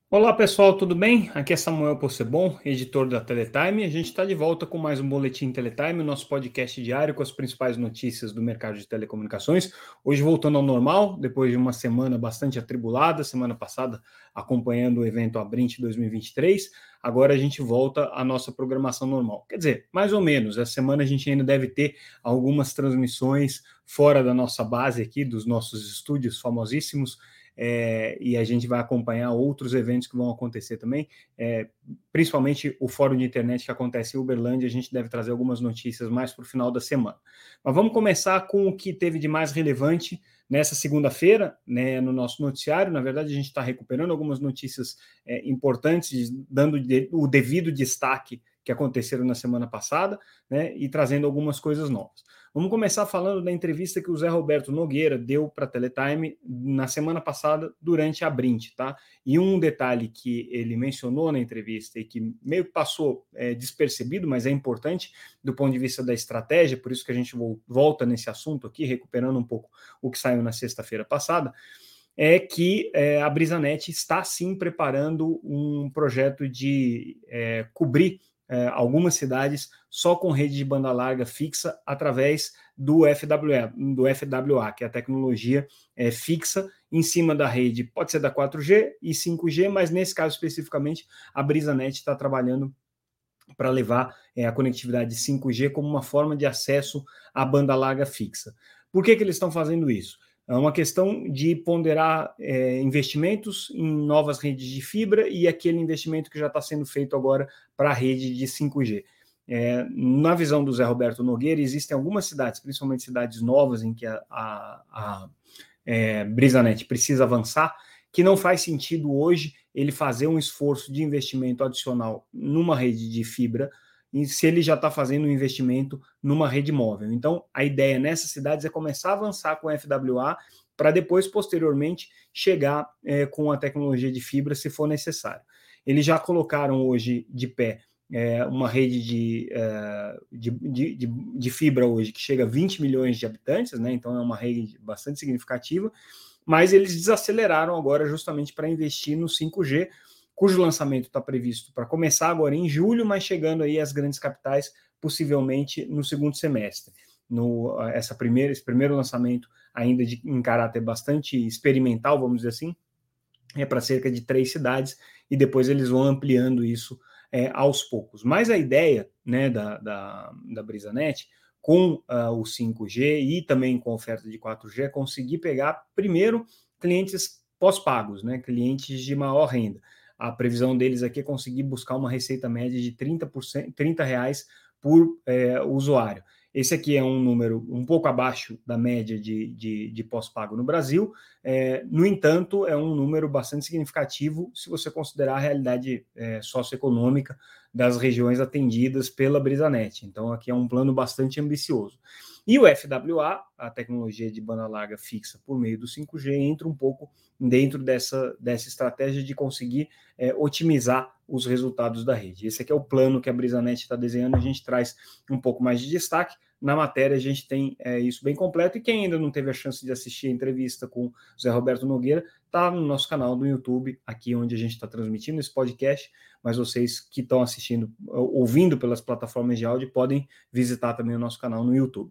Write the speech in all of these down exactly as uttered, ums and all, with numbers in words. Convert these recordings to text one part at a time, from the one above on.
Olá pessoal, tudo bem? Aqui é Samuel Possebon, editor da Teletime. A gente está de volta com mais um Boletim Teletime, o nosso podcast diário com as principais notícias do mercado de telecomunicações. Hoje voltando ao normal, depois de uma semana bastante atribulada, semana passada acompanhando o evento Abrint dois mil e vinte e três, agora a gente volta à nossa programação normal. Quer dizer, mais ou menos, essa semana a gente ainda deve ter algumas transmissões fora da nossa base aqui, dos nossos estúdios famosíssimos, É, e a gente vai acompanhar outros eventos que vão acontecer também, é, principalmente o Fórum de Internet que acontece em Uberlândia. A gente deve trazer algumas notícias mais para o final da semana. Mas vamos começar com o que teve de mais relevante nessa segunda-feira, né, no nosso noticiário. Na verdade, a gente está recuperando algumas notícias é, importantes, dando de, o devido destaque que aconteceram na semana passada, né, e trazendo algumas coisas novas. Vamos começar falando da entrevista que o Zé Roberto Nogueira deu para a Teletime na semana passada durante a Abrint, tá? E um detalhe que ele mencionou na entrevista e que meio que passou é, despercebido, mas é importante do ponto de vista da estratégia, por isso que a gente volta nesse assunto aqui, recuperando um pouco o que saiu na sexta-feira passada, é que é, a Brisanet está sim preparando um projeto de é, cobrir é, algumas cidades só com rede de banda larga fixa através do F W A, do F W A, que é a tecnologia é, fixa em cima da rede, pode ser da quatro G e cinco G, mas nesse caso especificamente a Brisanet está trabalhando para levar é, a conectividade cinco G como uma forma de acesso à banda larga fixa. Por que, que eles estão fazendo isso? É uma questão de ponderar é, investimentos em novas redes de fibra e aquele investimento que já está sendo feito agora para a rede de cinco G. É, na visão do Zé Roberto Nogueira, existem algumas cidades, principalmente cidades novas, em que a, a, a é, Brisanet precisa avançar, que não faz sentido hoje ele fazer um esforço de investimento adicional numa rede de fibra, se ele já está fazendo um investimento numa rede móvel. Então, a ideia nessas cidades é começar a avançar com F W A para depois, posteriormente, chegar é, com a tecnologia de fibra, se for necessário. Eles já colocaram hoje de pé é, uma rede de, é, de, de, de, de fibra hoje que chega a vinte milhões de habitantes, né? Então é uma rede bastante significativa, mas eles desaceleraram agora justamente para investir no cinco G, cujo lançamento está previsto para começar agora em julho, mas chegando aí às grandes capitais possivelmente no segundo semestre. No, essa primeira, esse primeiro lançamento ainda de, em caráter bastante experimental, vamos dizer assim, é para cerca de três cidades, e depois eles vão ampliando isso é, aos poucos. Mas a ideia, né, da, da, da Brisanet com uh, o cinco G e também com a oferta de quatro G é conseguir pegar primeiro clientes pós-pagos, né, clientes de maior renda. A previsão deles aqui é conseguir buscar uma receita média de trinta por cento, trinta reais por é, usuário. Esse aqui é um número um pouco abaixo da média de, de, de pós-pago no Brasil. É, no entanto, é um número bastante significativo se você considerar a realidade é, socioeconômica das regiões atendidas pela Brisanet. Então, aqui é um plano bastante ambicioso. E o F W A, a tecnologia de banda larga fixa por meio do cinco G, entra um pouco dentro dessa, dessa estratégia de conseguir é, otimizar os resultados da rede. Esse aqui é o plano que a Brisanet está desenhando, a gente traz um pouco mais de destaque. Na matéria a gente tem é, isso bem completo, e quem ainda não teve a chance de assistir a entrevista com o Zé Roberto Nogueira, está no nosso canal do YouTube, aqui onde a gente está transmitindo esse podcast, mas vocês que estão assistindo, ouvindo pelas plataformas de áudio, podem visitar também o nosso canal no YouTube.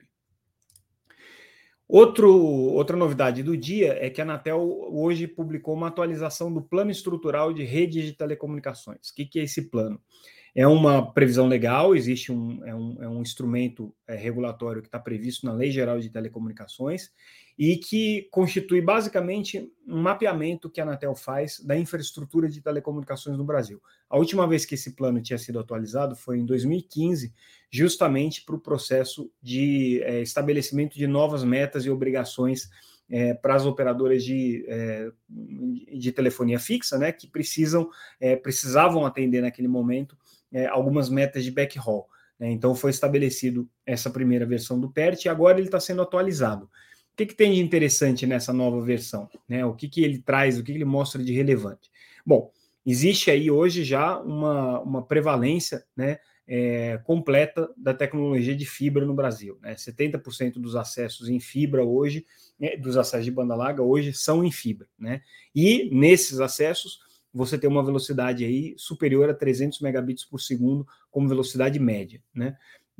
Outro, outra novidade do dia é que a Anatel hoje publicou uma atualização do Plano Estrutural de Redes de Telecomunicações. O que, que é esse plano? É uma previsão legal, existe um, é um, é um instrumento é, regulatório que está previsto na Lei Geral de Telecomunicações e que constitui basicamente um mapeamento que a Anatel faz da infraestrutura de telecomunicações no Brasil. A última vez que esse plano tinha sido atualizado foi em dois mil e quinze, justamente para o processo de é, estabelecimento de novas metas e obrigações É, para as operadoras de, é, de telefonia fixa, né, que precisam, é, precisavam atender naquele momento é, algumas metas de backhaul. Né? Então foi estabelecido essa primeira versão do P E R T e agora ele está sendo atualizado. O que, que tem de interessante nessa nova versão? Né? O que, que ele traz, o que, que ele mostra de relevante? Bom, existe aí hoje já uma, uma prevalência, né, É, completa da tecnologia de fibra no Brasil. Né? setenta por cento dos acessos em fibra hoje, né, dos acessos de banda larga hoje, são em fibra. Né? E nesses acessos, você ter uma velocidade aí superior a trezentos megabits por segundo como velocidade média, né?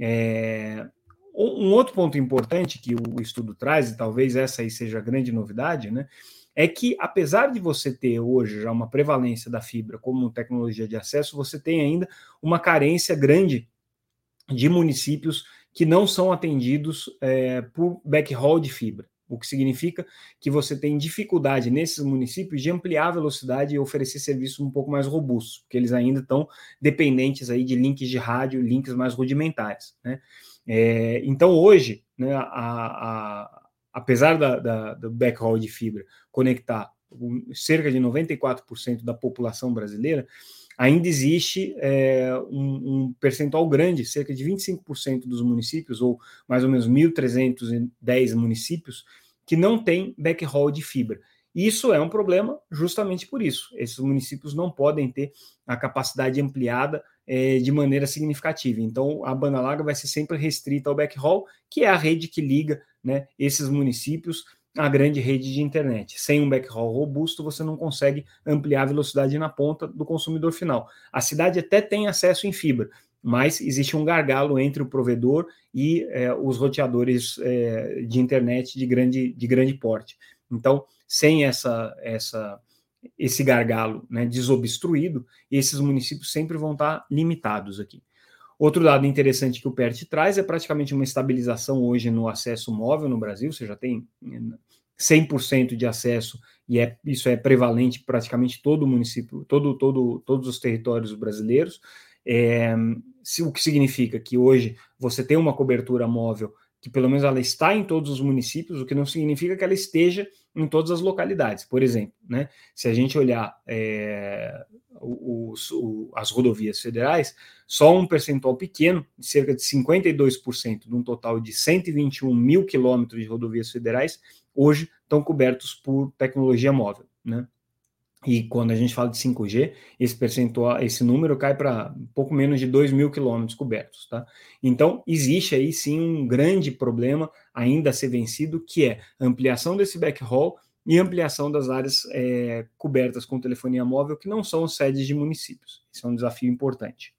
É, um outro ponto importante que o estudo traz, e talvez essa aí seja a grande novidade, né, é que apesar de você ter hoje já uma prevalência da fibra como tecnologia de acesso, você tem ainda uma carência grande de municípios que não são atendidos é, por backhaul de fibra, o que significa que você tem dificuldade nesses municípios de ampliar a velocidade e oferecer serviços um pouco mais robustos, porque eles ainda estão dependentes aí de links de rádio, links mais rudimentares, né? É, então hoje, né, a, a, apesar da, da, do backhaul de fibra conectar cerca de noventa e quatro por cento da população brasileira, ainda existe é, um, um percentual grande, cerca de vinte e cinco por cento dos municípios, ou mais ou menos mil trezentos e dez municípios, que não tem backhaul de fibra. Isso é um problema justamente por isso. Esses municípios não podem ter a capacidade ampliada é, de maneira significativa. Então, a banda larga vai ser sempre restrita ao backhaul, que é a rede que liga, né, esses municípios à grande rede de internet. Sem um backhaul robusto, você não consegue ampliar a velocidade na ponta do consumidor final. A cidade até tem acesso em fibra, mas existe um gargalo entre o provedor e é, os roteadores é, de internet de grande, de grande porte. Então, sem essa, essa, esse gargalo, né, desobstruído, esses municípios sempre vão estar limitados aqui. Outro dado interessante que o P E R T traz é praticamente uma estabilização hoje no acesso móvel no Brasil. Você já tem cem por cento de acesso e é, isso é prevalente em praticamente todo o município, todo, todo, todos os territórios brasileiros, é, o que significa que hoje você tem uma cobertura móvel que pelo menos ela está em todos os municípios, o que não significa que ela esteja em todas as localidades. Por exemplo, né, se a gente olhar é, os, o, as rodovias federais, só um percentual pequeno, cerca de cinquenta e dois por cento de um total de cento e vinte e um mil quilômetros de rodovias federais, hoje estão cobertos por tecnologia móvel, né? E quando a gente fala de cinco G, esse percentual, esse número cai para um pouco menos de dois mil quilômetros cobertos, tá? Então, existe aí sim um grande problema ainda a ser vencido, que é a ampliação desse backhaul e ampliação das áreas é, cobertas com telefonia móvel, que não são sedes de municípios. Esse é um desafio importante.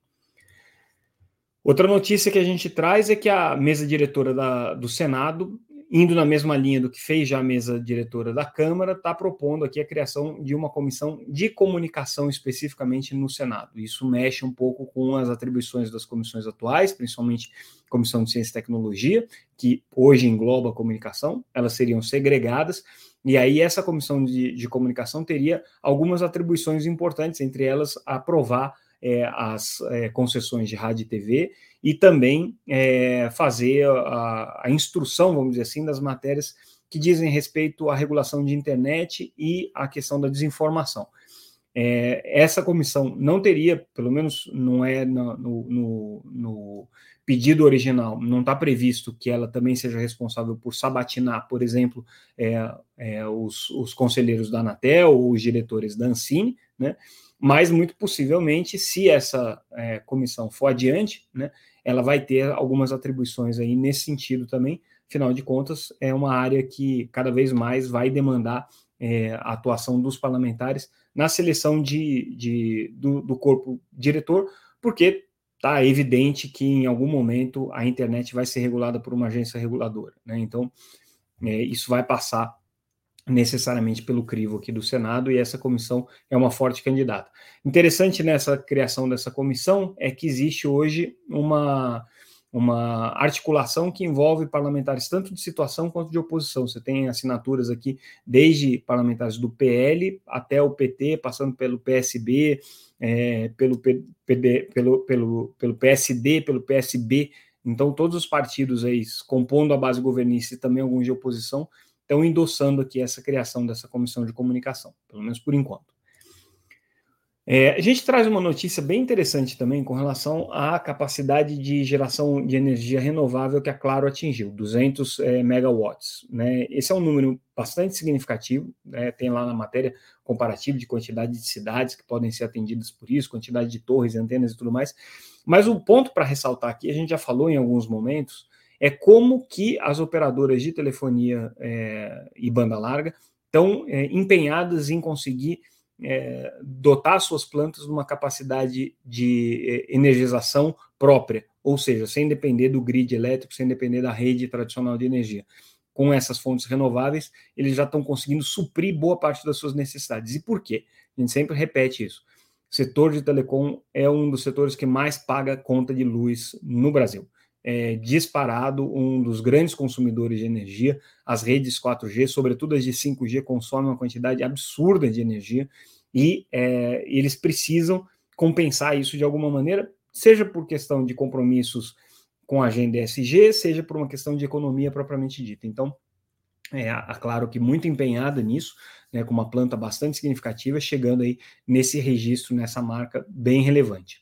Outra notícia que a gente traz é que a mesa diretora da, do Senado, indo na mesma linha do que fez já a mesa diretora da Câmara, está propondo aqui a criação de uma comissão de comunicação especificamente no Senado. Isso mexe um pouco com as atribuições das comissões atuais, principalmente a Comissão de Ciência e Tecnologia, que hoje engloba a comunicação, elas seriam segregadas, e aí essa comissão de, de comunicação teria algumas atribuições importantes, entre elas aprovar É, as é, concessões de rádio e T V e também é, fazer a, a instrução, vamos dizer assim, das matérias que dizem respeito à regulação de internet e à questão da desinformação. É, essa comissão não teria, pelo menos não é no, no, no pedido original, não está previsto que ela também seja responsável por sabatinar, por exemplo, é, é, os, os conselheiros da Anatel ou os diretores da Ancine, né? Mas muito possivelmente, se essa é, comissão for adiante, né, ela vai ter algumas atribuições aí nesse sentido também. Afinal de contas, é uma área que cada vez mais vai demandar é, a atuação dos parlamentares na seleção de, de, do, do corpo diretor, porque está evidente que em algum momento a internet vai ser regulada por uma agência reguladora, né? Então, é, isso vai passar necessariamente pelo crivo aqui do Senado, e essa comissão é uma forte candidata. Interessante nessa criação dessa comissão é que existe hoje uma, uma articulação que envolve parlamentares tanto de situação quanto de oposição. Você tem assinaturas aqui desde parlamentares do P L até o P T, passando pelo P S B, é, pelo, P D, pelo, pelo, pelo P S D, pelo P S B. Então, todos os partidos aí compondo a base governista e também alguns de oposição estão endossando aqui essa criação dessa comissão de comunicação, pelo menos por enquanto. É, a gente traz uma notícia bem interessante também com relação à capacidade de geração de energia renovável que a Claro atingiu, duzentos é, megawatts. Né? Esse é um número bastante significativo, né? Tem lá na matéria comparativo de quantidade de cidades que podem ser atendidas por isso, quantidade de torres, antenas e tudo mais. Mas o ponto para ressaltar aqui, a gente já falou em alguns momentos, é como que as operadoras de telefonia é, e banda larga estão é, empenhadas em conseguir é, dotar suas plantas de uma capacidade de energização própria, ou seja, sem depender do grid elétrico, sem depender da rede tradicional de energia. Com essas fontes renováveis, eles já estão conseguindo suprir boa parte das suas necessidades. E por quê? A gente sempre repete isso. O setor de telecom é um dos setores que mais paga conta de luz no Brasil. É disparado um dos grandes consumidores de energia. As redes quatro G, sobretudo as de cinco G, consomem uma quantidade absurda de energia e é, eles precisam compensar isso de alguma maneira, seja por questão de compromissos com a agenda E S G, seja por uma questão de economia propriamente dita. Então, é claro que muito empenhada nisso, né, com uma planta bastante significativa, chegando aí nesse registro, nessa marca bem relevante.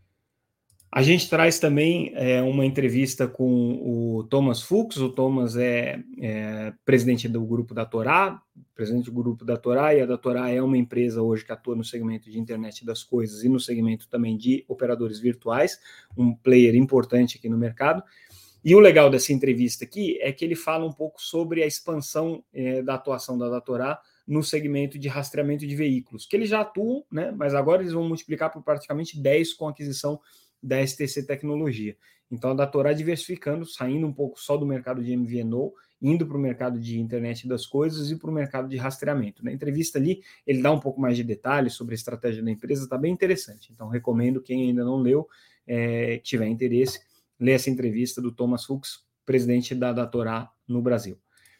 A gente traz também é, uma entrevista com o Thomas Fuchs. O Thomas é, é presidente do grupo da Torá, presidente do grupo da Torá, e a da Torá é uma empresa hoje que atua no segmento de internet das coisas e no segmento também de operadores virtuais, um player importante aqui no mercado. E o legal dessa entrevista aqui é que ele fala um pouco sobre a expansão é, da atuação da Datorá no segmento de rastreamento de veículos, que eles já atuam, né, mas agora eles vão multiplicar por praticamente dez com a aquisição da S T C Tecnologia. Então a Datorá diversificando, saindo um pouco só do mercado de M V N O, indo para o mercado de internet das coisas e para o mercado de rastreamento. Na entrevista ali, ele dá um pouco mais de detalhes sobre a estratégia da empresa, está bem interessante. Então recomendo, quem ainda não leu, é, tiver interesse, ler essa entrevista do Thomas Fuchs, presidente da Datorá no Brasil.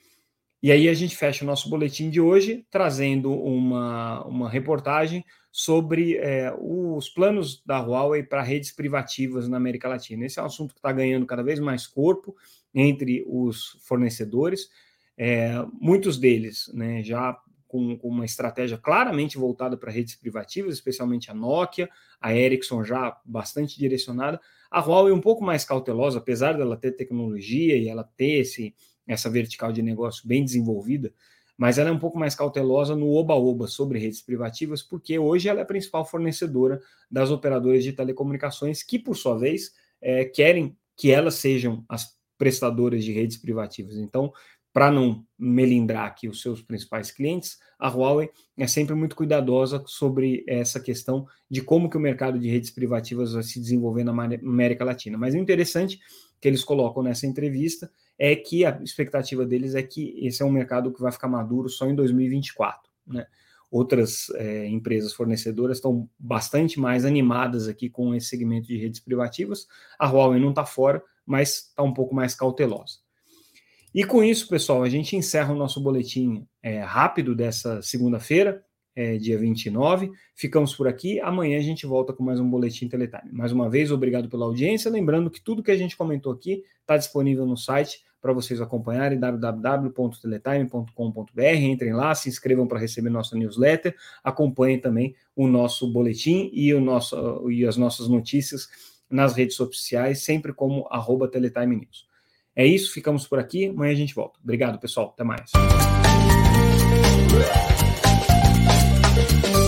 E aí a gente fecha o nosso boletim de hoje, trazendo uma, uma reportagem sobre é, os planos da Huawei para redes privativas na América Latina. Esse é um assunto que está ganhando cada vez mais corpo entre os fornecedores, é, muitos deles, né, já com, com uma estratégia claramente voltada para redes privativas, especialmente a Nokia, a Ericsson já bastante direcionada, a Huawei um pouco mais cautelosa, apesar dela ter tecnologia e ela ter esse, essa vertical de negócio bem desenvolvida, mas ela é um pouco mais cautelosa no oba-oba sobre redes privativas, porque hoje ela é a principal fornecedora das operadoras de telecomunicações, que, por sua vez, é, querem que elas sejam as prestadoras de redes privativas. Então, para não melindrar aqui os seus principais clientes, a Huawei é sempre muito cuidadosa sobre essa questão de como que o mercado de redes privativas vai se desenvolver na América Latina. Mas o interessante que eles colocam nessa entrevista é que a expectativa deles é que esse é um mercado que vai ficar maduro só em dois mil e vinte e quatro, né? Outras é, empresas fornecedoras estão bastante mais animadas aqui com esse segmento de redes privativas. A Huawei não está fora, mas está um pouco mais cautelosa. E com isso, pessoal, a gente encerra o nosso boletim é, rápido dessa segunda-feira, é, dia vinte e nove. Ficamos por aqui. Amanhã a gente volta com mais um Boletim Teletime. Mais uma vez, obrigado pela audiência. Lembrando que tudo que a gente comentou aqui está disponível no site para vocês acompanharem, w w w ponto teletime ponto com ponto b r. Entrem lá, se inscrevam para receber nossa newsletter, acompanhem também o nosso boletim e, o nosso, e as nossas notícias nas redes sociais, sempre como arroba Teletime News. É isso, ficamos por aqui, amanhã a gente volta. Obrigado, pessoal, até mais.